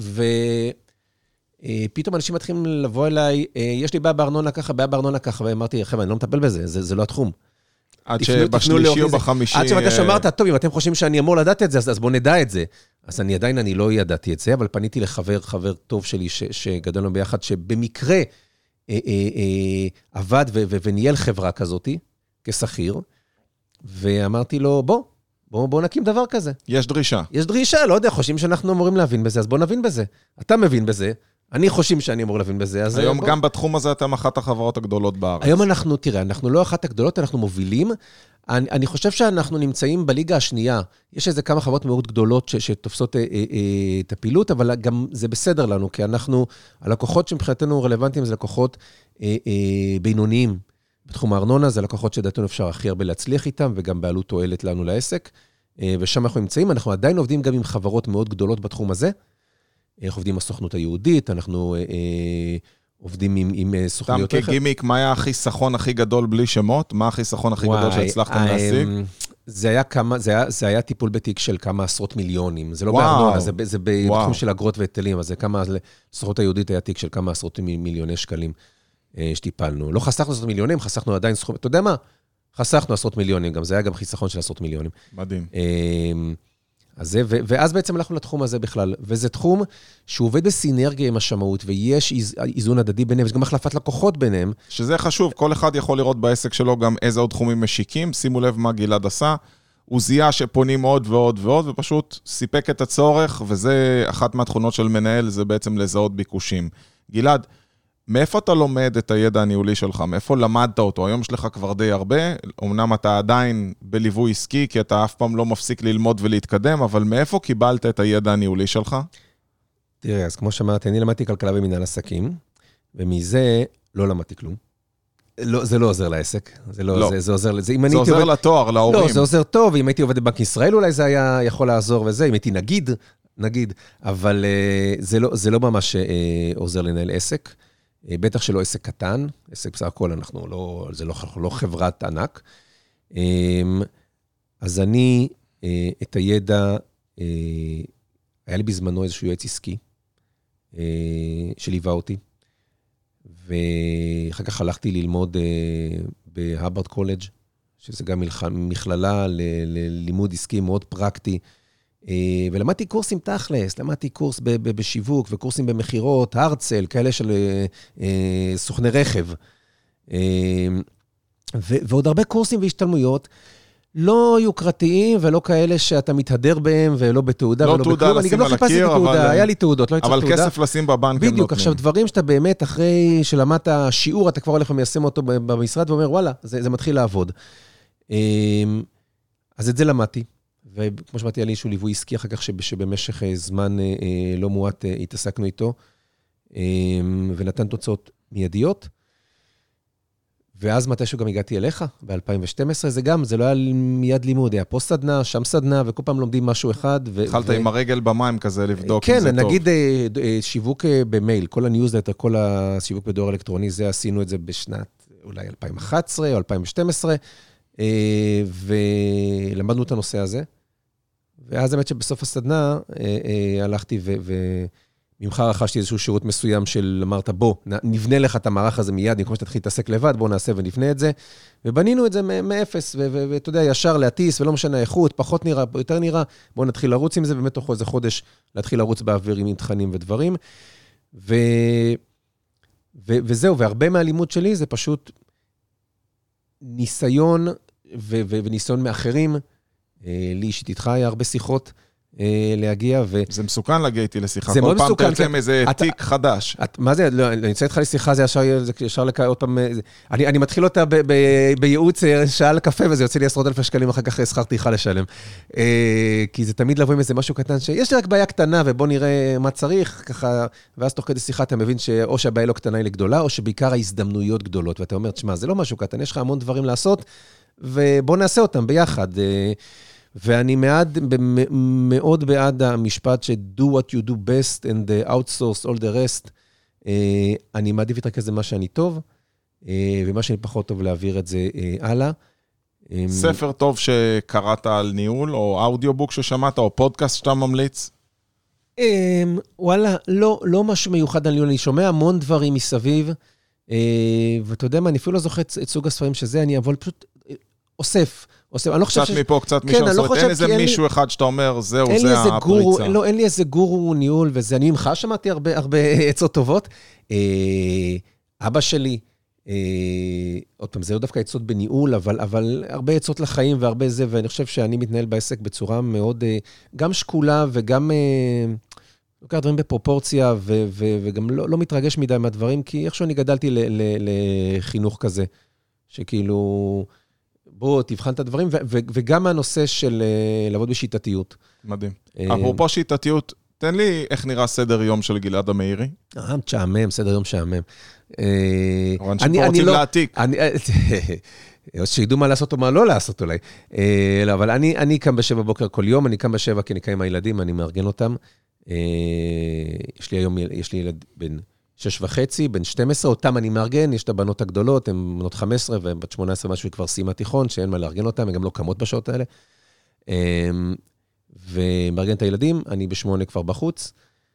ופתאום אנשים מתחילים לבוא אליי, יש לי בעיה בארנונה ככה, בעיה בארנונה ככה, ואמרתי, חבר'ה, אני לא מטפל בזה, זה, זה לא התחום. עד שבשלישי או בחמישי... עד שבקש אמרת, טוב, אם אתם חושבים שאני אמור לדעת את זה, אז בואו נדע את זה. אז אני עדיין, אני לא ידעתי את זה, אבל פניתי לחבר, חבר טוב שלי, ש, שגדלנו ביחד, שבמקרה אה, אה, אה, עבד ו, ו, וניהל חברה כזאת, כשכיר, ואמרתי לו, בוא, בוא, בוא נקים דבר כזה. יש דרישה. יש דרישה, לא יודע, חושבים שאנחנו אמורים להבין בזה, אז בוא נבין בזה. אתה מבין בזה, אני חושבים שאני אמור להבין בזה. אז היום בוא. גם בתחום הזה אתם אחת החברות הגדולות בארץ. היום אנחנו, תראה, אנחנו לא אחת הגדולות, אנחנו מובילים. אני, אני חושב שאנחנו נמצאים בליגה השנייה. יש איזה כמה חברות מאוד גדולות ש, שתופסות אה, אה, אה, את הפעילות, אבל גם זה בסדר לנו, כי אנחנו, הלקוחות שמבחינתנו רלוונטיים, זה לקוחות אה, אה, בינוניים. בתחום הארנונה, זה לקוחות שדעתנו אפשר הכי הרבה להצליח איתם, וגם בעלות תועלת לנו לעסק. אה, ושם אנחנו נמצאים, אנחנו עדיין עובדים גם עם חברות מאוד גדולות בתחום הזה. אנחנו עובדים עם הסוכנות היהודית, אנחנו אה, אה, עובדים עם, עם סוכניות... תם כגימיק, מה היה החיסכון הכי גדול בלי שמות? מה החיסכון הכי גדול שהצלחתם להשיג? זה היה כמה, זה היה, זה היה טיפול בתיק של כמה עשרות מיליונים. זה לא בארנונה, זה, זה בתחום של אגרות והיטלים, אז זה כמה, לסוכנות היהודית היה תיק של כמה עשרות מיליוני שקלים שטיפלנו. לא חסכנו עשרות מיליונים, חסכנו עדיין סכום, אתה יודע מה? חסכנו עשרות מיליונים, גם זה היה גם חיסכון של עשרות מיליונים. מדהים. אז זה, ואז בעצם הלכנו לתחום הזה בכלל, וזה תחום שהוא עובד בסינרגיה עם השמאות, ויש איזון הדדי ביניהם, ויש גם החלפת לקוחות ביניהם. שזה חשוב, כל אחד יכול לראות בעסק שלו גם איזה עוד תחומים משיקים, שימו לב מה גלעד עשה, הוא זיהה שפונים עוד ועוד ועוד, ופשוט סיפק את הצורך, וזה אחת מהתכונות של מנהל, זה בעצם לזהות ביקושים. גלעד, מאיפה אתה לומד את הידע הניהולי שלך? מאיפה למדת אותו? היום יש לך כבר די הרבה, אמנם אתה עדיין בליווי עסקי, כי אתה אף פעם לא מפסיק ללמוד ולהתקדם, אבל מאיפה קיבלת את הידע הניהולי שלך? תראה, אז כמו שאמרתי, אני למדתי כלכלה במנהל עסקים, ומזה לא למדתי כלום. לא, זה לא עוזר לעסק. זה לא, לא. זה, זה עוזר, זה, זה עוזר עובד... לתואר, להורים. לא, זה עוזר טוב, אם הייתי עובד בבנק ישראל, אולי זה היה יכול לעזור וזה, אם הייתי נגיד, נגיד, אבל זה לא, זה לא ממש עוזר לנהל עסק. בטח שלא עסק קטן, עסק בסך הכל, אנחנו לא, זה לא, לא חברת ענק. אז אני, את הידע, היה לי בזמנו איזשהו יועץ עסקי, שליווה אותי, ואחר כך הלכתי ללמוד בהרווארד קולג', שזה גם מכללה ללימוד עסקי מאוד פרקטי, ולמדתי קורסים תכלס, למדתי קורס בשיווק וקורסים במחירות, הרצל, כאלה של סוכני רכב, ועוד הרבה קורסים והשתלמויות, לא יוקרתיים ולא כאלה שאתה מתהדר בהם ולא בתעודה לא ולא תעודה בכלום, אני גם לא חיפשתי בתעודה, היה לי תעודות, לא הייתי אבל תעודה. כסף לשים בבנק הם נותנים. בדיוק, עכשיו דברים שאתה באמת אחרי שלמדת שיעור, אתה כבר הולך ומיישם אותו במשרד ואומר, וואלה, זה, זה מתחיל לעבוד. אז את זה למדתי. וכמו שמעתי, היה לי איזשהו ליווי עסקי אחר כך, שבמשך זמן לא מועט התעסקנו איתו, ונתן תוצאות מיידיות. ואז מתישהו גם הגעתי אליך, ב-אלפיים ושתים עשרה, זה גם, זה לא היה מיד לימוד, היה פה סדנה, שם סדנה, וכל פעם לומדים משהו אחד. התחלת עם הרגל במים כזה לבדוק אם זה טוב. כן, נגיד שיווק במייל, כל הניוזלטר, כל השיווק בדואר אלקטרוני, זה עשינו את זה בשנת אולי אלפיים ואחת עשרה או אלפיים ושתים עשרה, ולמדנו את הנושא הזה. ואז האמת שבסוף הסדנה הלכתי וממך רכשתי איזשהו שירות מסוים של אמרת, בוא, נבנה לך את המערך הזה מיד, במקום שתתחיל להתעסק לבד, בוא נעשה ונבנה את זה. ובנינו את זה מאפס, ואתה יודע, ישר להטיס, ולא משנה איכות, פחות נראה, יותר נראה, בוא נתחיל לרוץ עם זה, באמת תוך איזה חודש להתחיל לרוץ באוויר עם תכנים ודברים. ו... ו... וזהו, והרבה מהלימוד שלי זה פשוט ניסיון ו... ו... וניסיון מאחרים, לי אישית איתך היה הרבה שיחות להגיע. ו... זה מסוכן להגיע איתי לשיחה. זה כל מאוד פעם מסוכן. תרצה כן. איזה אתה... תיק חדש. את... מה זה? לא, אני אצא איתך לשיחה, זה ישר, זה ישר לק... עוד פעם... אני, אני מתחיל אותה ב... ב... בייעוץ שעה לקפה, וזה יוצא לי עשרות אלפי שקלים, אחר כך שכר טרחה לשלם. כי זה תמיד לבוא עם איזה משהו קטן, שיש לי רק בעיה קטנה, ובוא נראה מה צריך, ככה, ואז תוך כדי שיחה אתה מבין שאו שהבעיה לא קטנה היא לגדולה, או שבעיקר ההזדמנויות גדולות, ואתה אומר, תשמע, זה לא משהו קטן, יש לך המון דברים לעשות, ובוא נעשה אותם ביחד. ואני מאוד, מאוד בעד המשפט ש-do what you do best and outsource all the rest. אני מעדיף יותר כזה מה שאני טוב, ומה שאני פחות טוב להעביר את זה הלאה. ספר טוב שקראת על ניהול, או אודיובוק ששמעת, או פודקאסט שאתה ממליץ? וואלה, לא, לא משהו מיוחד על ניהול, אני שומע המון דברים מסביב, ואתה יודע מה, אני אפילו לא זוכר את סוג הספרים שזה, אני אבוא פשוט אוסף, אוסף. אני לא חושב קצת ש... מפה, קצת כן, משם, לא אין איזה מישהו לי... אחד שאתה אומר, זהו, זה הפריצה. גורו, לא, אין לי איזה גורו ניהול, וזה, אני ממך שמעתי הרבה, הרבה עצות טובות. אבא שלי, עוד פעם, זה לא דווקא עצות בניהול, אבל, אבל הרבה עצות לחיים והרבה זה, ואני חושב שאני מתנהל בעסק בצורה מאוד, גם שקולה וגם, לוקח דברים בפרופורציה, ו, ו, וגם לא, לא מתרגש מדי מהדברים, כי איכשהו אני גדלתי ל, ל, לחינוך כזה, שכאילו, בוא תבחן את הדברים, ו, ו, וגם הנושא של לעבוד בשיטתיות. מדהים. אפרופו שיטתיות, תן לי איך נראה סדר יום של גלעד המאירי. אה, תשעמם, סדר יום שעמם. אבל שפה רוצים להעתיק. או שידעו מה לעשות או מה לא לעשות אולי. אבל אני קם בשבע בוקר כל יום, אני קם בשבע כי אני קם עם הילדים, אני מארגן אותם. יש לי היום, יש לי ילד בן שש וחצי, בן שתים עשרה, אותם אני מארגן, יש את הבנות הגדולות, הן בנות חמש עשרה, ובת שמונה עשרה משהו כבר סיימה תיכון, שאין מה לארגן אותם, הן גם לא קמות בשעות האלה. ומארגן את הילדים, אני בשמונה כבר בחוץ.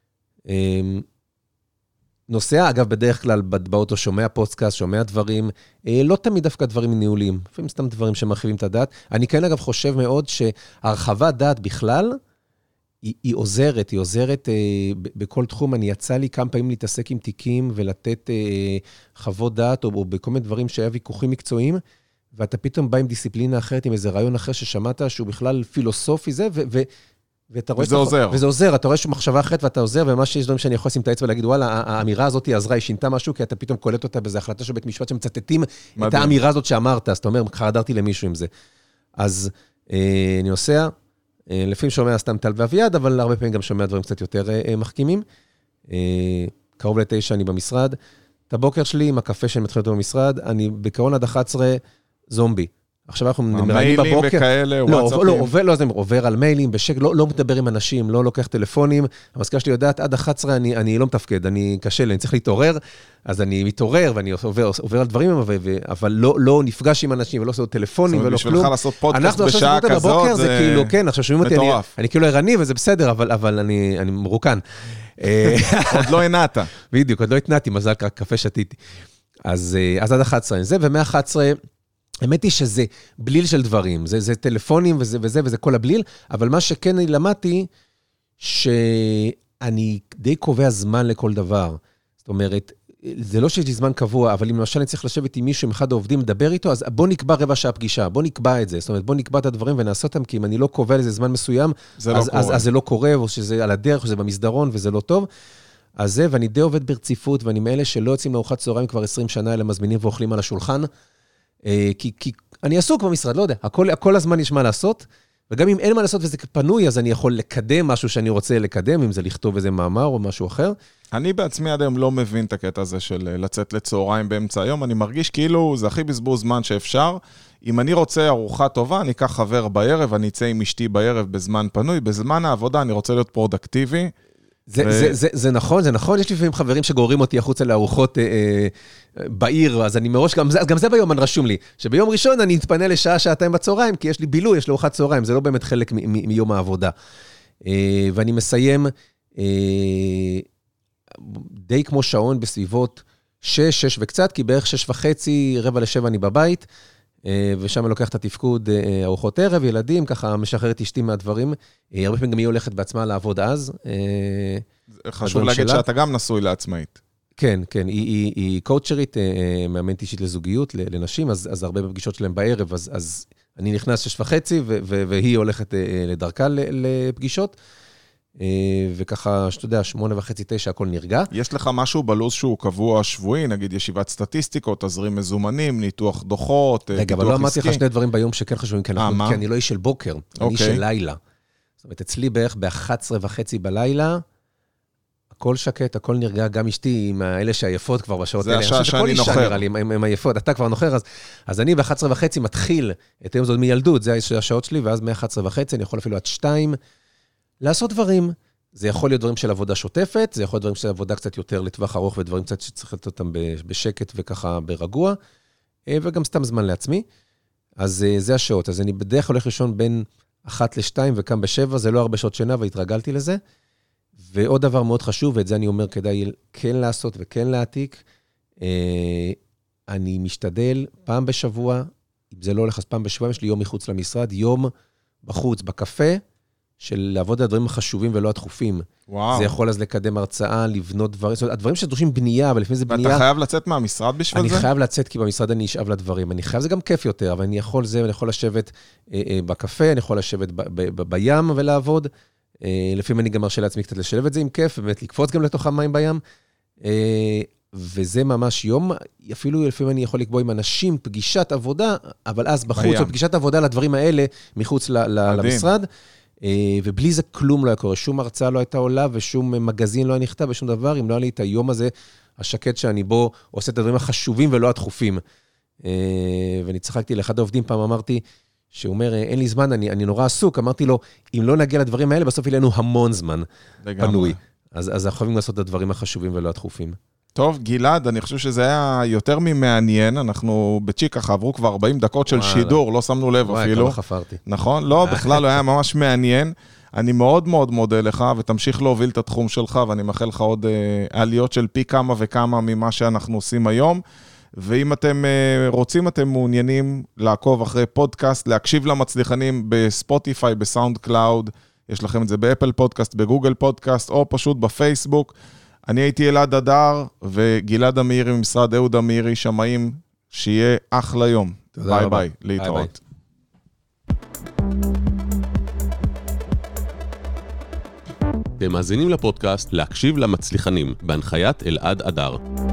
נוסע, אגב, בדרך כלל באוטו שומע פודקאסט, שומע דברים, לא תמיד דווקא דברים ניהוליים, לפעמים סתם דברים שמרחיבים את הדעת. אני כן, אגב, חושב מאוד שהרחבת דעת בכלל, היא, היא עוזרת, היא עוזרת אה, בכל תחום. אני יצא לי כמה פעמים להתעסק עם תיקים ולתת אה, חוות דעת, או, או בכל מיני דברים שהיה ויכוחים מקצועיים, ואתה פתאום בא עם דיסציפלינה אחרת, עם איזה רעיון אחר ששמעת, שהוא בכלל פילוסופי זה, ו... ו ואתה רואה וזה עוזר. וזה עוזר, אתה רואה שהוא מחשבה אחרת ואתה עוזר, ומה שיש דברים שאני יכול לשים את האצבע ולהגיד, וואלה, האמירה הזאת היא עזרה, היא שינתה משהו, כי אתה פתאום קולט אותה באיזו החלטה של בית משפט שמצטטים את האמירה הזאת שאמרת, אז אתה אומר, חרדרתי למישהו עם זה. אז אה, אני נוסע, אה, לפעמים שומע סתם טל ואביעד, אבל הרבה פעמים גם שומע דברים קצת יותר אה, מחכימים. אה, קרוב לתשע אני במשרד. את הבוקר שלי עם הקפה שאני מתחיל אותו במשרד, אני בקרון עד אחת עשרה זומבי. עכשיו אנחנו מראיינים בבוקר. מיילים וכאלה, וואטסאפים. לא, עובר, לא, עובר על מיילים, בשק, לא, לא מדבר עם אנשים, לא לוקח טלפונים. המזכירה שלי יודעת, עד אחת עשרה אני, אני לא מתפקד, אני קשה לי, אני צריך להתעורר, אז אני מתעורר ואני עובר, עובר על דברים, אבל לא, לא נפגש עם אנשים ולא עושה טלפונים ולא כלום. בשבילך לעשות פודקאסט בשעה כזאת, בבוקר, זה כאילו, כן, עכשיו שומעים אותי, אני, אני כאילו ערני וזה בסדר, אבל, אבל אני, אני מרוקן. עוד לא הנעת. בדיוק, עוד לא התנעתי, מזל קפה שתיתי. אז, אז עד אחת עשרה, זה, ומ-אחת עשרה, האמת היא שזה בליל של דברים, זה, זה טלפונים וזה וזה וזה כל הבליל, אבל מה שכן אני למדתי, שאני די קובע זמן לכל דבר. זאת אומרת, זה לא שיש לי זמן קבוע, אבל אם למשל אני צריך לשבת עם מישהו, עם אחד העובדים, לדבר איתו, אז בוא נקבע רבע שעה פגישה, בוא נקבע את זה. זאת אומרת, בוא נקבע את הדברים ונעשה אותם, כי אם אני לא קובע לזה זמן מסוים, זה אז, לא אז, אז זה לא קורה, או שזה על הדרך, או שזה במסדרון, וזה לא טוב. אז זה, ואני די עובד ברציפות, ואני מאלה שלא יוצאים לארוחת צהריים כבר עשרים שנה, אלא מזמינים ואוכלים על השולחן. כי, כי אני עסוק במשרד, לא יודע, הכל, הכל הזמן יש מה לעשות, וגם אם אין מה לעשות וזה פנוי, אז אני יכול לקדם משהו שאני רוצה לקדם, אם זה לכתוב איזה מאמר או משהו אחר. אני בעצמי עד היום לא מבין את הקטע הזה של לצאת לצהריים באמצע היום, אני מרגיש כאילו זה הכי בזבוז זמן שאפשר. אם אני רוצה ארוחה טובה, אני אקח חבר בערב, אני אצא עם אשתי בערב בזמן פנוי, בזמן העבודה אני רוצה להיות פרודקטיבי. זה, ו... זה, זה, זה נכון, זה נכון, יש לפעמים חברים שגוררים אותי החוצה לארוחות אה, אה, בעיר, אז אני מראש, גם זה, גם זה ביומן רשום לי, שביום ראשון אני אתפנה לשעה, שעתיים בצהריים, כי יש לי בילוי, יש לי ארוחת צהריים, זה לא באמת חלק מ- מ- מיום העבודה. אה, ואני מסיים אה, די כמו שעון בסביבות שש, שש וקצת, כי בערך שש וחצי, רבע לשבע אני בבית, ושם אני לוקח את התפקוד, ארוחות ערב, ילדים, ככה משחררת אשתי מהדברים. הרבה פעמים גם היא הולכת בעצמה לעבוד אז. חשוב להגיד שאתה גם נשוי לעצמאית. כן, כן, היא, היא, היא קואוצ'רית, מאמנת אישית לזוגיות, לנשים, אז, אז הרבה בפגישות שלהם בערב, אז, אז אני נכנס שש וחצי, ו, ו, והיא הולכת לדרכה לפגישות. וככה, שאתה יודע, שמונה וחצי, תשע, הכל נרגע. יש לך משהו בלוז שהוא קבוע שבועי, נגיד ישיבת סטטיסטיקות, תזרים מזומנים, ניתוח דוחות, רגע, אבל לא אמרתי לך שני דברים ביום שכן חשובים, כי אני לא איש של בוקר, אני איש של לילה. זאת אומרת, אצלי בערך ב-אחת עשרה וחצי בלילה, הכל שקט, הכל נרגע, גם אשתי עם האלה שעייפות כבר בשעות האלה. זה השעה שאני נוחר. הם עייפות, אתה כבר נוחר, אז אני ב-אחת עשרה וחצי מתחיל את היום זאת מילדות, זה השעות שלי, ואז מ-אחת עשרה וחצי אני יכול אפילו עד שתיים, לעשות דברים. זה יכול להיות דברים של עבודה שוטפת, זה יכול להיות דברים של עבודה קצת יותר לטווח ארוך, ודברים קצת שצריך לתת אותם בשקט וככה ברגוע, וגם סתם זמן לעצמי. אז זה השעות. אז אני בדרך הולך לישון בין אחת לשתיים וקם בשבע, זה לא הרבה שעות שינה, והתרגלתי לזה. ועוד דבר מאוד חשוב, ואת זה אני אומר, כדאי כן לעשות וכן להעתיק, אני משתדל פעם בשבוע, אם זה לא הולך, אז פעם בשבוע, יש לי יום מחוץ למשרד, יום בחוץ, בקפה, של לעבוד על הדברים החשובים ולא הדחופים. וואו. זה יכול אז לקדם הרצאה, לבנות דברים, זאת אומרת, הדברים שדרושים בנייה, אבל לפני זה בנייה... ואתה חייב לצאת מהמשרד בשביל אני זה? אני חייב לצאת, כי במשרד אני אשאב לדברים. אני חייב, זה גם כיף יותר, אבל אני יכול זה, אני יכול לשבת אה, אה, בקפה, אני יכול לשבת ב, ב, ב, בים ולעבוד. אה, לפעמים אני גם מרשה לעצמי קצת לשלב את זה עם כיף, ובאמת לקפוץ גם לתוך המים בים. אה, וזה ממש יום, אפילו לפעמים אני יכול לקבוע עם אנשים פגישת עבודה, אבל אז בחוץ, או פגישת עבודה לדברים האלה, מחוץ ל, ל, למשרד. ובלי זה כלום לא היה קורה, שום הרצאה לא הייתה עולה, ושום מגזין לא היה נכתב, ושום דבר, אם לא היה לי את היום הזה, השקט שאני בו עושה את הדברים החשובים ולא הדחופים. ואני צחקתי לאחד העובדים פעם, אמרתי, שהוא אומר, אין לי זמן, אני, אני נורא עסוק, אמרתי לו, אם לא נגיע לדברים האלה, בסוף יהיה לנו המון זמן פנוי. אז, אז אנחנו חייבים לעשות את הדברים החשובים ולא הדחופים. טוב, גלעד, אני חושב שזה היה יותר ממעניין, אנחנו בצ'יק ככה עברו כבר ארבעים דקות של שידור, לא שמנו לב אפילו. וואי, כמה חפרתי. נכון? לא, בכלל לא היה ממש מעניין. אני מאוד מאוד מודה לך, ותמשיך להוביל את התחום שלך, ואני מאחל לך עוד אה, עליות של פי כמה וכמה ממה שאנחנו עושים היום. ואם אתם אה, רוצים, אתם מעוניינים לעקוב אחרי פודקאסט, להקשיב למצליחנים בספוטיפיי, בסאונד קלאוד, יש לכם את זה באפל פודקאסט, בגוגל פודקאסט, או פשוט בפייסבוק. אני הייתי אלעד אדר, וגלעד אמירי ממשרד אהוד אמירי, שמעים, שיהיה אחלה יום. ביי ביי, להתראות. אתם מאזינים לפודקאסט להקשיב למצליחנים, בהנחיית אלעד אדר.